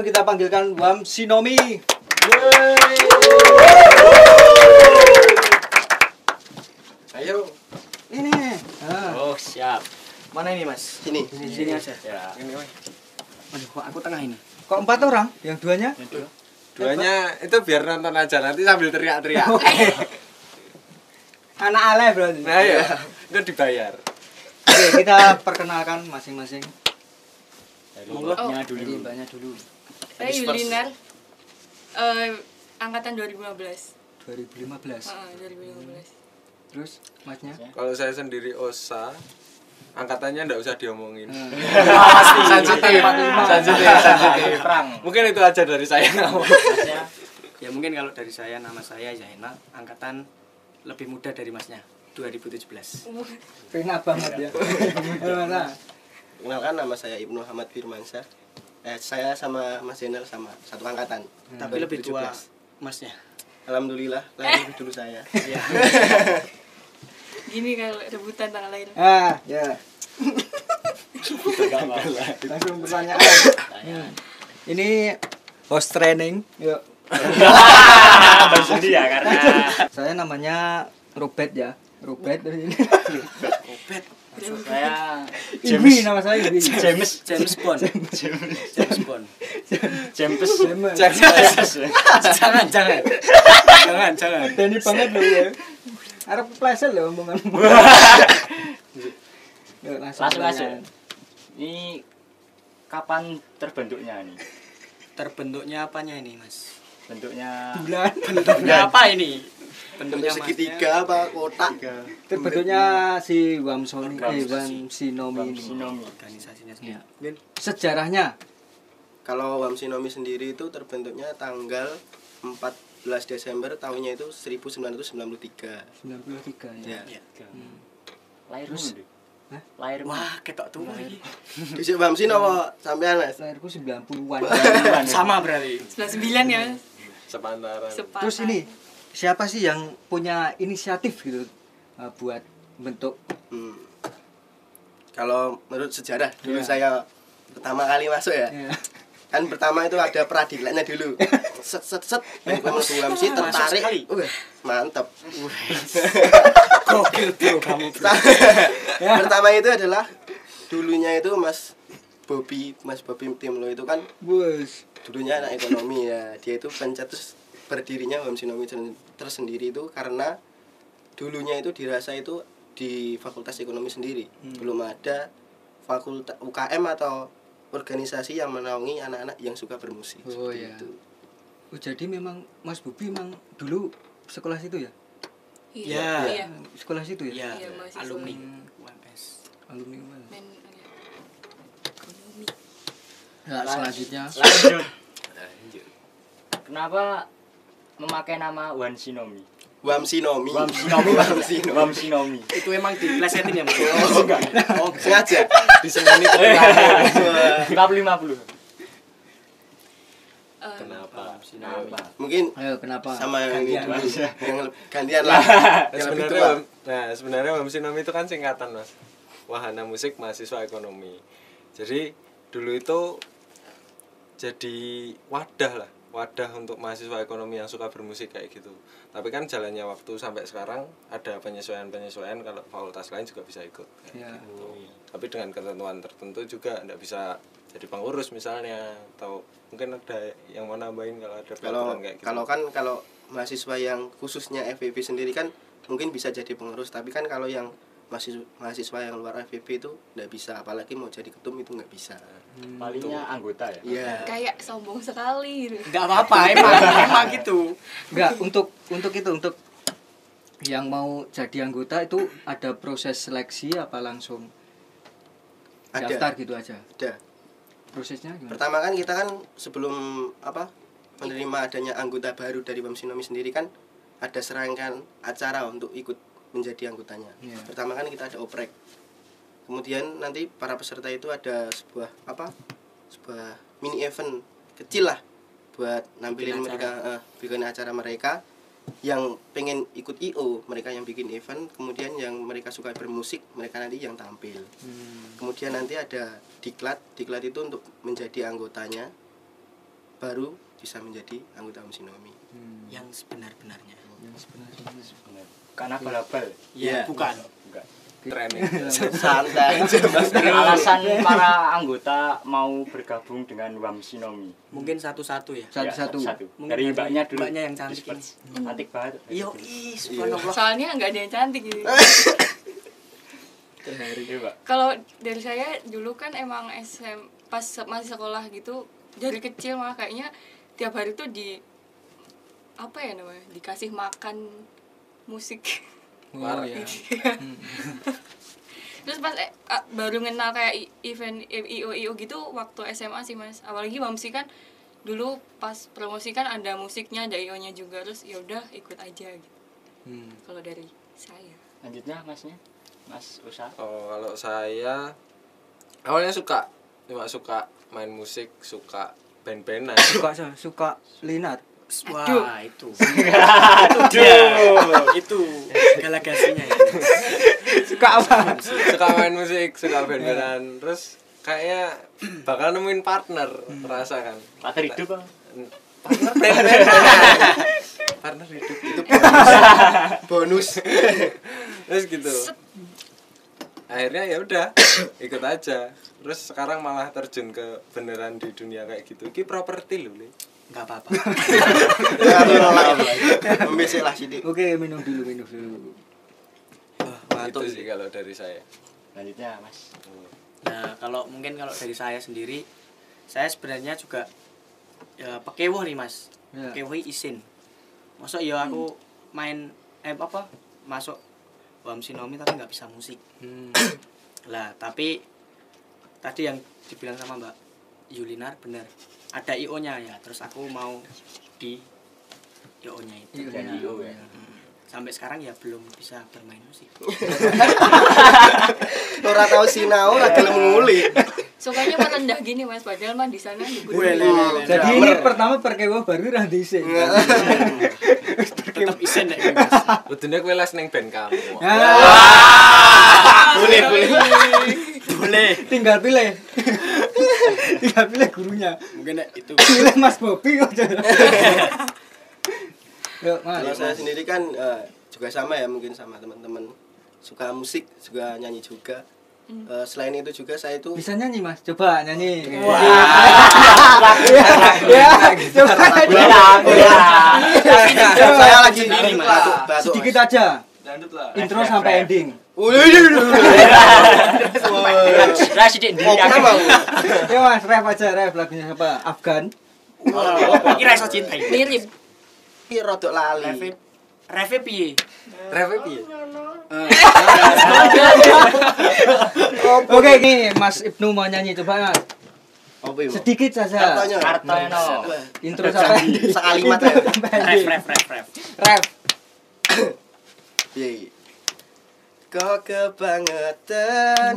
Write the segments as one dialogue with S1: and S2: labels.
S1: langsung kita panggilkan Wam Shinomi.
S2: Ayo.
S1: Ini.
S3: Oh, siap. Mana ini, Mas?
S2: Sini.
S3: Sini aja. Ya.
S2: Ini, Mas.
S3: Aduh, kok aku tengah ini?
S1: Kok 4 orang? Yang duanya?
S2: Duanya itu biar nonton aja nanti sambil teriak-teriak.
S1: Anak Ale berarti.
S2: Nah, ya. Itu dibayar.
S1: Oke, kita perkenalkan masing-masing.
S3: Mbaknya dulu.
S1: Jadi mbaknya dulu.
S4: Saya Yulinar, angkatan 2015.
S1: 2015.
S4: 2015.
S1: Terus masnya?
S2: Kalau saya sendiri Osa, angkatannya enggak usah diomongin.
S3: Sensitif.
S2: Sensitif. Mungkin itu aja dari saya.
S3: Masnya, ya mungkin kalau dari saya, nama saya Zainal, angkatan lebih muda dari Masnya, 2017.
S1: Pena banget ya. Gimana?
S5: Kenalkan, nama saya Ibnu Ahmad Firmansyah. Saya sama Mas Zainal sama satu angkatan.
S3: Tapi lebih tua
S5: 2017.
S3: Masnya.
S5: Alhamdulillah, lahir lebih dulu saya.
S3: Iya.
S4: Gini kalau rebutan tanggal lahir.
S1: Ya. Langsung pertanyaan. Ini host training. Yuk.
S3: Bersedia ya karena
S1: Saya namanya Robert ya. Robert dari ini.
S3: Robert. Maksud saya
S1: Ibi nama saya Ibi.
S3: James Bond. James Bond. James. Jangan.
S1: Ini banget loh ya. Arep pleset loh omongan. Yuk,
S6: Langsung aja.
S1: pertanyaan.
S6: Ini kapan terbentuknya ini?
S3: Terbentuknya apanya ini, Mas?
S6: Bentuknya
S1: Bulan.
S3: Bentuknya apa ini? Bentuknya
S5: Bentuk segitiga apa kotak?
S1: Terbentuknya si Wam Shinomi ini.
S6: Shinomi.
S3: Organisasinya
S1: Iya.
S3: sendiri.
S1: Sejarahnya
S5: Kalau Wam Shinomi sendiri itu terbentuknya tanggal 14 Desember tahunnya itu 1993.
S1: 93 ya.
S5: Ya.
S6: Lahirmu
S1: Terus?
S6: Nduk?
S1: Hah?
S6: Lahirmu.
S3: Wah, ketok tua ini.
S5: Dhisik Wam Shinomi sampean Mas.
S1: Lahirku 90-an.
S3: Sama berarti.
S4: 99 ya.
S2: Sepantaran.
S4: Sepakat.
S1: Terus ini siapa sih yang punya inisiatif gitu buat bentuk
S5: Hmm. Kalau menurut sejarah dulu
S1: Iya.
S5: saya pertama kali masuk ya.
S1: ya.
S5: Kan pertama itu ada peradilannya dulu. Set Wam Shinomi tertarik.
S3: sekali.
S5: Mantap.
S3: Gokil bro kamu.
S5: Pertama itu adalah dulunya itu Mas Bobby Timlo itu kan
S1: Bos.
S5: dulunya anak ekonomi ya. Dia itu pencetus berdirinya Wam Shinomi tersendiri itu karena dulunya itu dirasa itu di Fakultas Ekonomi sendiri. Belum ada fakultas UKM atau organisasi yang menaungi anak-anak yang suka bermusik.
S1: Oh
S5: Seperti
S1: ya.
S5: itu.
S1: Oh, jadi memang Mas Bobi memang dulu sekolah situ ya?
S3: Iya.
S4: Iya.
S1: Sekolah situ ya?
S3: Iya,
S4: Iya, mahasiswa.
S3: alumni
S1: Hmm.
S3: UMS.
S1: Alumni mana?
S4: Men ekonomi.
S1: Ya, selanjutnya
S6: Lanjut.
S2: Lanjut.
S6: Kenapa memakai nama Wan Shinomi?
S5: Wam Shinomi.
S6: Wam Shinomi.
S5: Wam Shinomi.
S6: Wam Shinomi.
S3: Itu emang diplesetin ya, Mas?
S5: Oh, sengaja.
S2: Disembunyi
S5: Wah.
S6: 50-50.
S2: Kenapa?
S6: Kenapa?
S5: Mungkin
S1: ayo kenapa?
S5: sama yang ini dulu.
S6: Mas.
S5: Yang gantian lah. Yang lebih tua.
S2: Sebenarnya Wam Shinomi itu kan singkatan, Mas. Wahana Musik Mahasiswa Ekonomi. Jadi dulu itu jadi wadah untuk mahasiswa ekonomi yang suka bermusik kayak gitu. Tapi kan jalannya waktu sampai sekarang ada penyesuaian kalau fakultas lain juga bisa ikut kayak
S1: Ya.
S2: gitu. Tapi dengan ketentuan tertentu juga enggak bisa jadi pengurus misalnya, atau mungkin ada yang mau nambahin kalau ada peraturan kayak gitu.
S5: Kalau mahasiswa yang khususnya FEB sendiri kan mungkin bisa jadi pengurus, tapi kan kalau yang mahasiswa yang luar FEB itu nggak bisa, apalagi mau jadi ketum itu nggak bisa.
S6: Palingnya anggota ya?
S5: Iya.
S4: Kayak sombong sekali gitu.
S3: Enggak apa-apa, emang gitu.
S1: Enggak, untuk yang mau jadi anggota itu ada proses seleksi apa langsung daftar gitu aja?
S5: Ada.
S1: Prosesnya gimana?
S5: Pertama kan kita kan sebelum menerima adanya anggota baru dari Wam Shinomi sendiri kan ada serangkaian acara untuk ikut menjadi anggotanya.
S1: Iya.
S5: Pertama kan kita ada oprek. Kemudian nanti para peserta itu ada sebuah mini event kecil lah buat nampilin bikin acara mereka yang pengen ikut IO, mereka yang bikin event, kemudian yang mereka suka bermusik, mereka nanti yang tampil. Kemudian nanti ada diklat itu untuk menjadi anggotanya. baru bisa menjadi anggota Wamsinomi.
S3: Yang sebenar-benarnya.
S1: Yang sebenarnya
S6: Karena abal-abal.
S5: Iya.
S3: Bukan.
S6: Enggak.
S2: training.
S5: Santai aja Mas.
S6: Alasan para anggota mau bergabung dengan Wamsinomi.
S3: Mungkin satu-satu ya.
S1: Satu-satu.
S6: Ya, satu.
S3: Mungkin
S6: Dari mbaknya dulu.
S3: mbaknya yang cantik ini.
S6: Cantik banget.
S3: Iya, subhanallah.
S4: Soalnya nggak ada yang cantik gitu.
S6: Iya, Mbak.
S4: Kalau dari saya dulu kan emang pas masih sekolah gitu, dari kecil malah kayaknya tiap hari tuh apa ya namanya, dikasih makan musik.
S1: Oh ya.
S4: Terus pas baru kenal kayak event IO gitu waktu SMA sih Mas. Apalagi Wamsi kan dulu pas promosi kan ada musiknya, ada IO-nya juga, terus ya udah ikut aja gitu. Kalau dari saya.
S6: Lanjutnya Masnya. Mas Usa.
S2: Oh, kalau saya awalnya cuma suka main musik, suka band-bandan.
S1: Suka Linar.
S3: Wah, itu. Itu galagasinya ya.
S1: Suka apa?
S2: Suka main musik, suka band-bandan. Terus kayaknya bakal nemuin partner, terasa kan.
S6: Partner hidup Bang.
S2: Partner band-bandan. Partner hidup itu
S5: Bonus.
S2: terus gitu. Akhirnya ya udah ikut aja. Terus sekarang malah terjun ke beneran di dunia kayak gitu. Ini properti loh, Le.
S3: Enggak apa-apa.
S5: Membesek lah sidik.
S1: Oke, minum dulu.
S2: Itu sih kalau dari saya.
S6: Lanjutnya Mas.
S3: Nah, kalau dari saya sendiri, saya sebenarnya juga ya pekewoh nih Mas.
S1: Ya.
S3: Pekewoh isin. Masuk ya aku main masuk Wamsinomi tapi nggak bisa musik. Lah, tapi tadi yang dibilang sama Mbak Yulinar benar. Ada IO-nya ya, terus aku mau di IO-nya itu.
S6: Jadi IO ya.
S3: Sampai sekarang ya belum bisa bermain musik.
S5: Ora tau sinau, ora gelem nguli.
S4: Sukanya merendah gini Mas, padahal mah di sana juga.
S1: Jadi ini pertama perkewo baru ra dhisik.
S3: Tetap isen deh Mas.
S2: Kudune kowe les ning band kamu.
S3: Boleh.
S1: Tinggal pilih gurunya.
S3: Mungkin itu.
S1: Pilih Mas Bobi kok. Yuk, Mas.
S5: Kalau saya sendiri kan juga sama ya, mungkin sama teman-teman, suka musik, juga nyanyi juga. Selain itu juga saya itu
S1: Bisa nyanyi Mas? Coba nyanyi.
S5: saya lagi
S3: Ini, Mas.
S5: batuk.
S1: Sedikit aja.
S2: Lanjut lah.
S1: Intro sampai ending.
S6: Lah sidik diri
S5: Kenapa mau?
S1: Ya Mas, rap aja, rap lagunya siapa? Afgan.
S3: Iki ra iso cinta iki.
S4: Mirip.
S5: Iki rodok lali.
S3: Reve piye?
S2: Reve piye?
S1: Oke, nih Mas Ibnu mau nyanyi, coba Mas.
S5: Apa itu?
S1: Sedikit saja.
S5: Kartonya.
S6: Kartono.
S1: Intro sampai ending.
S5: Sekalimat
S1: Intro
S5: ya.
S1: sampai ending.
S3: Ref.
S1: Rap.
S5: Piye? Kok kebangetan.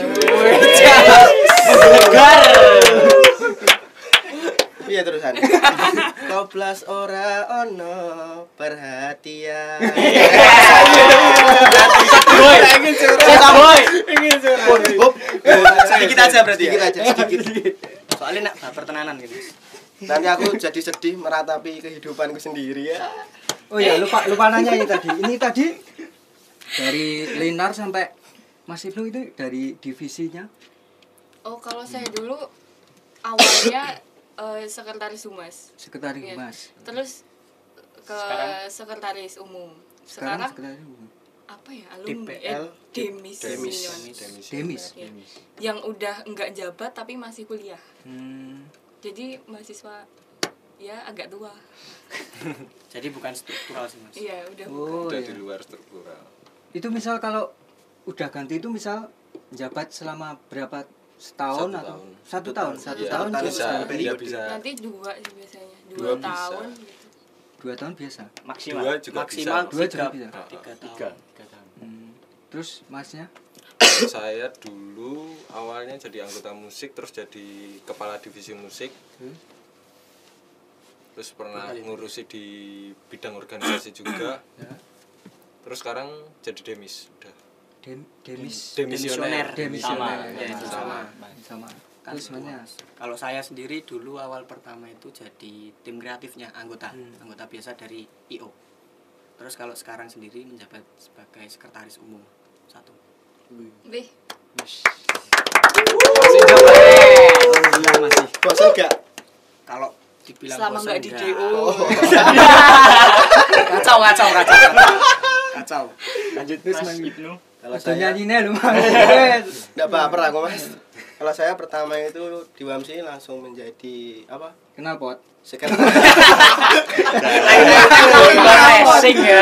S5: Iya terusan. Koblas ora ono perhatian.
S3: Sedikit aja berarti ya.
S5: Sedikit aja, sedikit.
S3: Soalnya nak baper tenanan gitu.
S5: Nanti aku jadi sedih meratapi kehidupanku sendiri ya.
S1: Oh ya, lupa nanya ini tadi. Ini tadi dari Linar sampai Mas Ibnu itu dari divisinya.
S4: Oh, kalau saya dulu awalnya sekretaris humas.
S1: Sekretaris
S4: Iya.
S1: Humas.
S4: Terus ke sekretaris umum.
S1: Sekarang
S4: Sekarang
S1: sekretaris umum.
S4: apa ya? Alumni
S3: DPL.
S4: Demis.
S2: Demis.
S1: Demis.
S4: Iya. Yang udah enggak jabat tapi masih kuliah.
S1: Hmm.
S4: Jadi mahasiswa ya agak tua.
S3: Jadi bukan struktural sih Mas.
S4: Iya, udah
S1: Oh,
S2: Udah
S1: iya.
S2: di luar struktural.
S1: Itu misal kalau udah ganti itu misal jabat selama berapa setahun
S2: Satu
S1: atau
S2: tahun.
S1: satu tahun
S5: Iya,
S1: tahun
S5: tahun
S2: Bisa,
S1: juga
S2: ya bisa.
S4: nanti 2 sih biasanya. 2
S2: Dua bisa.
S4: tahun gitu.
S1: 2 tahun biasa.
S6: Maksimal.
S2: Dua juga
S3: Maksimal
S2: bisa.
S1: Dua juga bisa.
S3: 3 tahun.
S6: 3 tahun.
S1: Terus Masnya?
S2: Saya dulu awalnya jadi anggota musik, terus jadi kepala divisi musik. Terus pernah ngurusi di bidang organisasi juga. Terus sekarang jadi demis udah.
S1: Demis.
S2: Demisioner.
S1: Demisioner.
S6: Sama.
S1: Ya,
S3: itu
S1: sama. Sama.
S3: merasakan
S1: Terus
S3: itu,
S1: Mas.
S3: Mas. Kalau saya sendiri dulu awal pertama itu jadi tim kreatifnya, anggota biasa dari IO. Terus kalau sekarang sendiri menjabat sebagai sekretaris umum satu.
S4: Wih,
S1: Alhamdulillah masih.
S5: Bosan gak?
S3: Kalau dibilang
S4: selama
S3: bosan
S4: nggak di
S3: enggak.
S4: DO.
S3: Kacau.
S6: Lanjut Mas Ibnu.
S5: Kalau
S1: Udah
S5: saya
S1: nyanyinya lu Mas.
S5: enggak baper aku Mas. Kalau saya pertama itu di Wamsi langsung menjadi apa?
S1: Kenal pot.
S5: Sekretaris.
S6: Racing ya.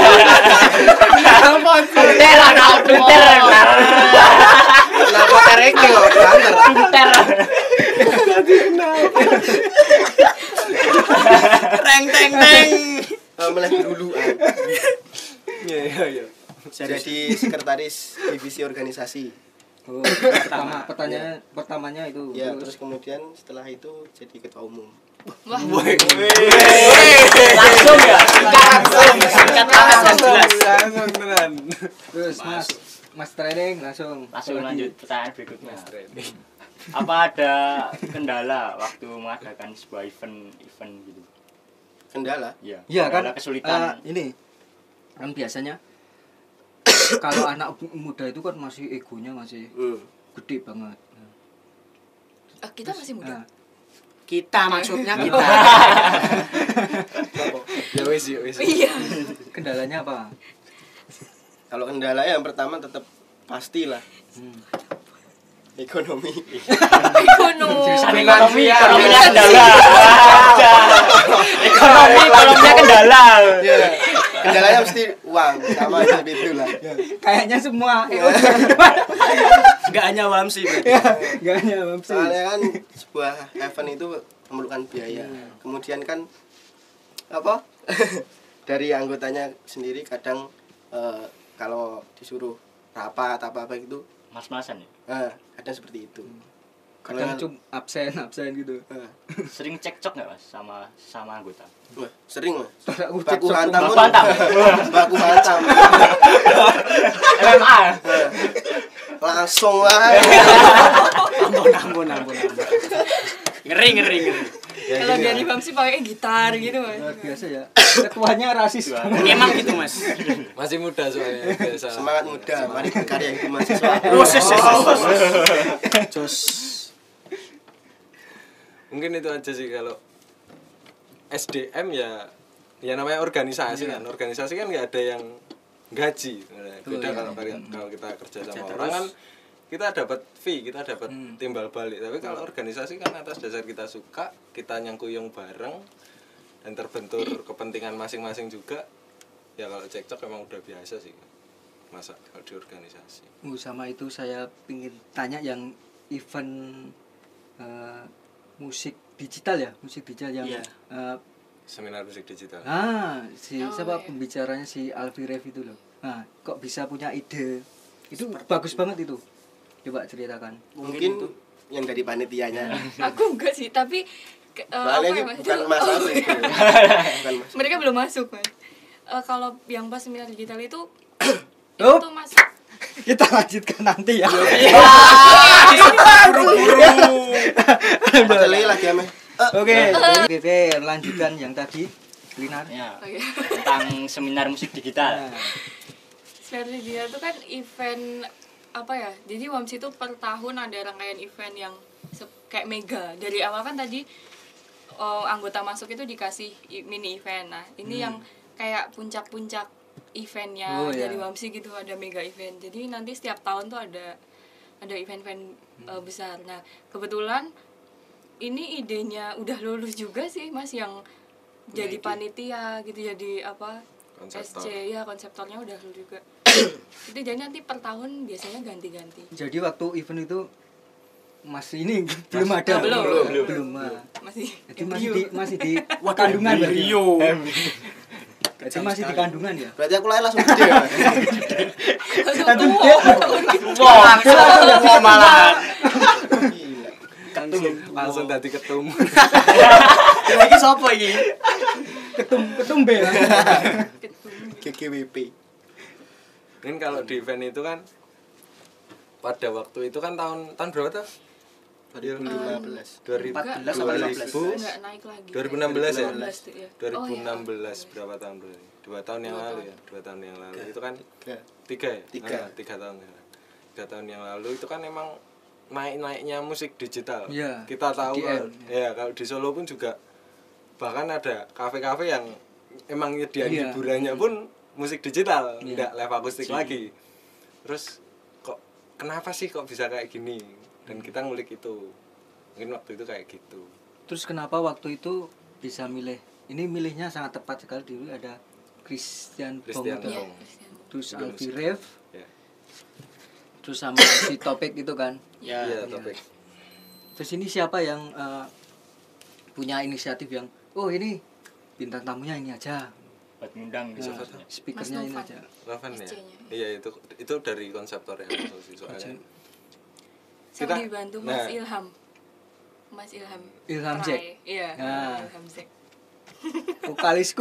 S6: Pinter anak pinter.
S5: Kenapa tereke kok banter?
S6: Pinter.
S3: Teng.
S5: Meleh duluan.
S2: Iya.
S5: Jadi sekretaris divisi organisasi.
S1: Oh, pertamanya itu.
S5: Ya, terus kemudian setelah itu jadi ketua umum.
S4: Wah,
S6: Langsung ya. Singkat banget dan jelas.
S2: Langsung tenan.
S1: Terus Mas training langsung.
S6: Langsung
S1: Apalagi?
S6: lanjut pertanyaan berikutnya.
S2: Training.
S6: Apa ada kendala waktu mengadakan sebuah event gitu?
S5: Kendala.
S6: Iya.
S1: Iya kan
S6: kendala kesulitan.
S1: ini kan biasanya kalau anak muda itu kan masih egonya masih gede banget.
S4: kita masih muda.
S1: Nah,
S3: Kita maksudnya kita.
S2: Ya wis.
S4: Iya.
S1: kendalanya apa?
S5: Kalau kendala yang pertama tetap pastilah ekonomi.
S6: Ekonominya kendala. Ekonominya kendala.
S5: Iya. Kendalanya mesti uang sama hidup itu lah.
S1: Kayaknya semua
S3: Enggak hanya Wamsi berarti.
S1: enggak hanya Mamsi.
S5: Soalnya kan sebuah event itu memerlukan biaya. Kemudian kan apa? Dari anggotanya sendiri kadang kalau disuruh rapat apa gitu,
S6: Mas-masan ya.
S5: kadang seperti itu.
S1: Kadang cuma absen gitu.
S6: Sering cekcok nggak Mas sama anggota?
S5: Wah, sering Mas.
S1: Aku
S5: Baku
S1: cekcok
S5: hantam
S6: Baku
S5: pun.
S6: hantam?
S5: Baku hantam.
S6: MMA.
S5: Langsung lah.
S3: Ampun. Ngeri.
S4: Kalau dari Bamsi pakai gitar gitu, Mas.
S1: Luar biasa ya. Ketuanya rasis.
S3: Emang gitu, Mas.
S2: Masih muda soalnya biasa.
S5: Semangat muda, mari berkarya hidup mahasiswa.
S3: Jos.
S2: Mungkin itu aja sih kalau SDM ya namanya organisasi kan. Organisasi kan nggak ada yang gaji. Beda kalau kita kerja sama orang kan kita dapat fee, kita dapat timbal balik. Tapi kalau organisasi kan atas dasar kita suka, kita nyangkuyung bareng dan terbentur kepentingan masing-masing juga. Ya kalau cekcok emang udah biasa sih. Masa kalau di organisasi.
S1: Sama itu saya pingin tanya yang event musik digital yang
S3: Iya.
S2: Seminar musik digital.
S1: Siapa pembicaranya si Alfi Rev itu loh. Nah, kok bisa punya ide? Itu bagus banget itu. Coba ceritakan.
S5: Mungkin yang dari panitianya.
S4: Aku enggak sih, tapi
S5: Soalnya ini
S4: Mas?
S5: bukan masalah itu. Bukan masalah.
S4: Mereka belum masuk, Mas. Kalau yang pas seminar digital itu
S1: Oh.
S4: itu Mas.
S1: Kita lanjutkan nanti ya.
S5: Padahal lagi ame.
S1: Oke, lanjutkan yang tadi Linar.
S6: Ya,
S4: Oke.
S6: tentang seminar musik digital.
S4: Seminar digital itu kan event apa ya? Jadi Wamsi itu per tahun ada rangkaian event yang kayak mega. Dari awal kan tadi anggota masuk itu dikasih mini event. Nah, ini yang kayak puncak-puncak eventnya dari Wamsi gitu, ada mega event. Jadi nanti setiap tahun tuh ada event-event besar. Nah, kebetulan ini idenya udah lulus juga sih, Mas, yang jadi panitia gitu, jadi apa?
S2: Konseptor.
S4: SC ya, konseptornya udah lulus juga. Itu jadi nanti per tahun biasanya ganti-ganti.
S1: Jadi waktu event itu masih ini belum ada. Belum.
S4: Masih
S1: Jadi masih di kandungan berarti. Jadi masih di kandungan ya.
S5: Berarti aku lahir langsung gede ya.
S1: Langsung gede.
S6: Wah, malahan.
S5: Gila.
S2: Langsung tadi ketum.
S3: Lagi sopo iki?
S1: Ketumbe lah.
S5: GGWP.
S2: Ini kalau di event itu kan pada waktu itu kan tahun berapa tuh?
S5: 2015.
S3: 14 sama 15.
S4: Enggak naik lagi.
S2: 2016 ya?
S4: 2016 tuh, ya.
S2: 2016 berapa tahun berarti? 2 tahun yang lalu ya? 2 tahun yang lalu. Itu kan 3 ya? 3 tahun ya. 3 tahun yang lalu itu kan emang naik-naiknya musik digital.
S1: Iya,
S2: Kita tahu
S1: EDM,
S2: ya kalau di Solo pun juga bahkan ada kafe-kafe yang emang nyediain
S1: Iya.
S2: hiburannya pun musik digital, enggak live akustik lagi. Terus kok kenapa sih kok bisa kayak gini? Dan kita ngulik itu. Mungkin waktu itu kayak gitu.
S1: Terus kenapa waktu itu bisa milih? Ini milihnya sangat tepat sekali, dulu ada Christian Bong,
S2: Christian
S1: itu.
S2: Bong.
S1: Terus
S2: Juga
S1: Alfi
S2: musik.
S1: Rev,
S2: Ya.
S1: terus sama si Topik itu kan.
S2: Iya, topik.
S1: Terus ini siapa yang punya inisiatif yang ini bintang tamunya ini aja,
S6: buat ngundang gitu.
S1: nah, speakernya ini
S4: Mas
S1: aja.
S2: Raven ya.
S4: SC-nya.
S2: Iya itu dari konseptor yang sih soalnya.
S4: Sama
S2: Kita-
S4: dibantu
S2: nah.
S4: Mas Ilham. Mas Ilham.
S1: Ilham
S4: Rai.
S1: Jack.
S4: Iya,
S1: Nah.
S4: Ilham Jack.
S1: Vokalisku.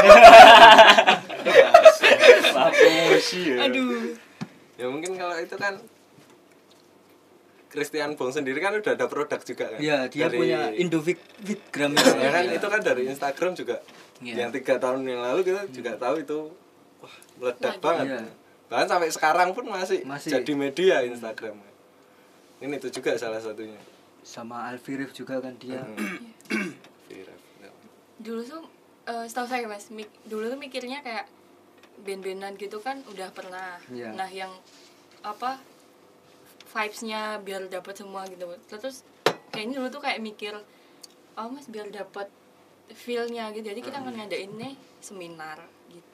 S6: Promosi ya.
S4: Aduh.
S2: Ya mungkin kalau itu kan Christian Bong sendiri kan udah ada produk juga kan.
S1: Ya, dia
S2: Dari-
S1: punya Indovic Gram
S2: ya kan itu kan dari Instagram juga.
S1: Iya.
S2: Yang 3 tahun yang lalu kita juga tahu itu wah meledak
S4: Lagi.
S2: banget.
S1: Iya.
S2: Bahkan sampai sekarang pun masih
S1: Masih.
S2: jadi media Instagram. Ini itu juga salah satunya.
S1: sama Alfi Rev juga kan dia.
S2: Viral.
S4: Dulu tuh setahu saya Mas, dulu tuh mikirnya kayak band-bandan gitu kan udah pernah.
S1: Iya.
S4: Nah, yang apa vibes-nya biar dapat semua gitu. Terus kayaknya dulu tuh kayak mikir, oh Mas biar dapat feel-nya gitu. Jadi kita akan ngadain nih seminar gitu.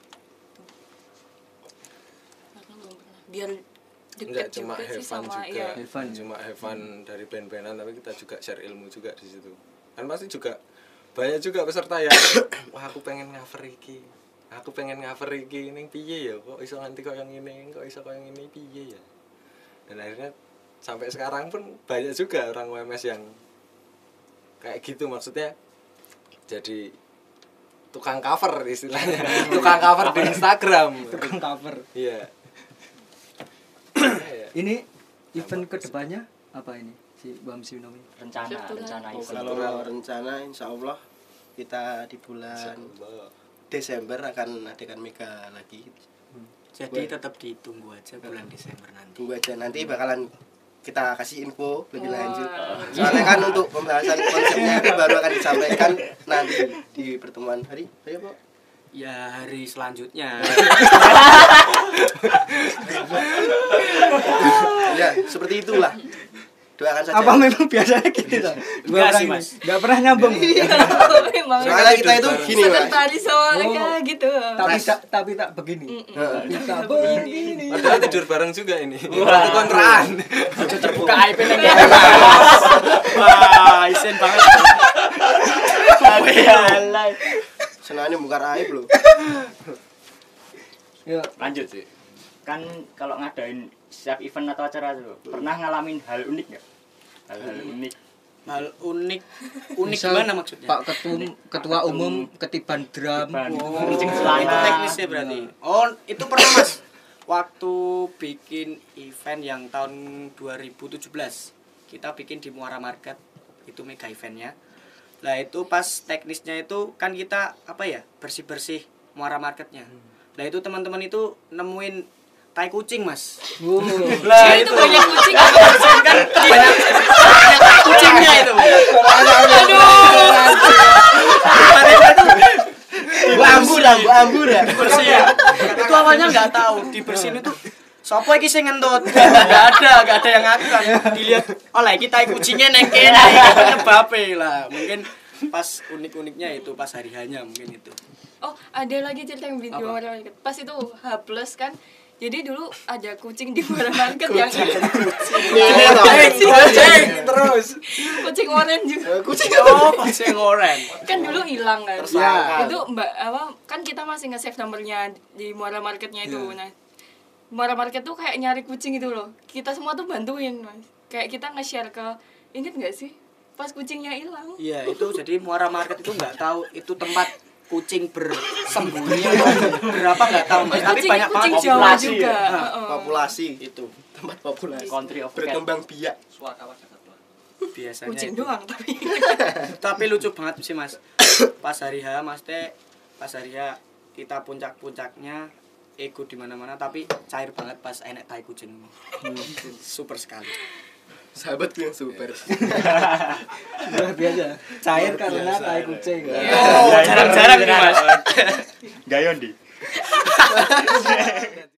S4: Karena belum pernah. Biar
S2: Enggak
S4: deket
S2: cuma
S4: juga
S2: have
S4: sih
S2: fun
S4: sama
S2: juga,
S4: ya.
S1: Have fun.
S2: cuma have fun dari band-bandan tapi kita juga share ilmu juga di situ. Kan pasti juga banyak juga peserta yang wah aku pengen cover iki. Aku pengen cover iki ning piye ya kok iso nganti koyo ngene, kok iso koyo ngene piye ya. Dan akhirnya sampai sekarang pun banyak juga orang UMS yang kayak gitu, maksudnya jadi tukang cover istilahnya. Tukang cover di Instagram.
S1: Tukang cover.
S2: Iya.
S1: Ini event kedepannya apa ini si Wamsi Nomi?
S6: rencana event.
S5: Kalau rencana insya Allah kita di bulan Desember akan adakan mega lagi.
S3: Jadi tetap ditunggu aja bulan Desember nanti.
S5: Tunggu aja nanti bakalan kita kasih info lebih
S4: Wah.
S5: lanjut. Soalnya kan untuk pembahasan konsepnya itu baru akan disampaikan nanti di pertemuan hari apa?
S3: Ya hari selanjutnya.
S5: Ya seperti itulah. Doakan saja.
S1: Apa memang biasanya gitu tuh?
S3: Enggak sih, Mas.
S1: Enggak pernah nyambung.
S4: Memang
S5: Soalnya kita itu gini mas.
S4: sekretaris soalnya
S1: Oh.
S4: gitu.
S1: Tapi tak begini. Tak begini.
S2: Padahal tidur bareng juga ini. Satu kontrakan.
S6: Aja terbuka aib nang ya.
S3: Wah, isen banget.
S6: Alay.
S5: Senangnya bukan aib loh.
S1: Ya,
S6: Lanjut sih. Kan kalau ngadain setiap event atau acara tuh pernah ngalamin hal unik nggak? Hal-hal unik.
S3: Hal unik. Unik
S1: misal
S3: gimana maksudnya?
S1: Pak Ketua Umum ketiban drum.
S6: Kencing
S3: Itu
S6: celana.
S3: teknisnya berarti. Oh, itu pernah Mas. Waktu bikin event yang tahun 2017. Kita bikin di Muara Market. Itu mega eventnya. Lah itu pas teknisnya itu kan kita apa ya? Bersih-bersih Muara Marketnya. Lah itu teman-teman itu nemuin tai kucing, Mas.
S1: Wow.
S3: Lah
S4: Itu banyak kucing.
S3: kan banyak kucingnya itu.
S5: Bu ambur ya.
S3: Bersih ya. Itu awalnya nggak tahu dibersihin itu sopo iki sing ngentut. Enggak ada yang ngaku kan. Dilihat oleh kita kucingnya neng kene iki nyebabe lah. Mungkin pas unik-uniknya itu pas hari hanya mungkin itu.
S4: Oh, ada lagi cerita yang video
S3: Apa?
S4: Muara Market. Pas itu H+ kan. Jadi dulu ada kucing di Muara Market yang
S2: Kucing terus.
S4: kucing oranye juga.
S5: Kucing.
S3: Oh, kucing oren.
S4: Kan dulu hilang kan.
S5: Tersangka.
S4: Itu Mbak apa kan kita masih nge-save nomornya di Muara Marketnya itu.
S1: Iya.
S4: Nah, Muara Market tuh kayak nyari kucing itu loh. Kita semua tuh bantuin, Mas. Kayak kita nge-share ke inget nggak sih? Pas kucingnya hilang.
S3: Iya, itu jadi Muara Market itu nggak tahu itu tempat kucing bersembunyi atau berapa nggak tahu Mas. Tapi
S4: Kucing,
S3: banyak banget
S4: kucing Jawa
S6: populasi
S4: juga.
S3: ya.
S4: Heeh.
S5: Populasi itu tempat populasi.
S6: Country of cat.
S5: Berkembang biak.
S3: biasanya
S4: kucing
S3: itu.
S4: doang tapi
S3: Tapi lucu banget sih mas. Pas hari H mas teh, pas hari H kita puncak-puncaknya ikut di mana-mana tapi cair banget pas enek tai kucing. Super sekali.
S5: Sahabatku yang super.
S1: Luar biasa. Cair karena tai kucing.
S3: Oh, jarang-jarang nih mas.
S6: Gayon di.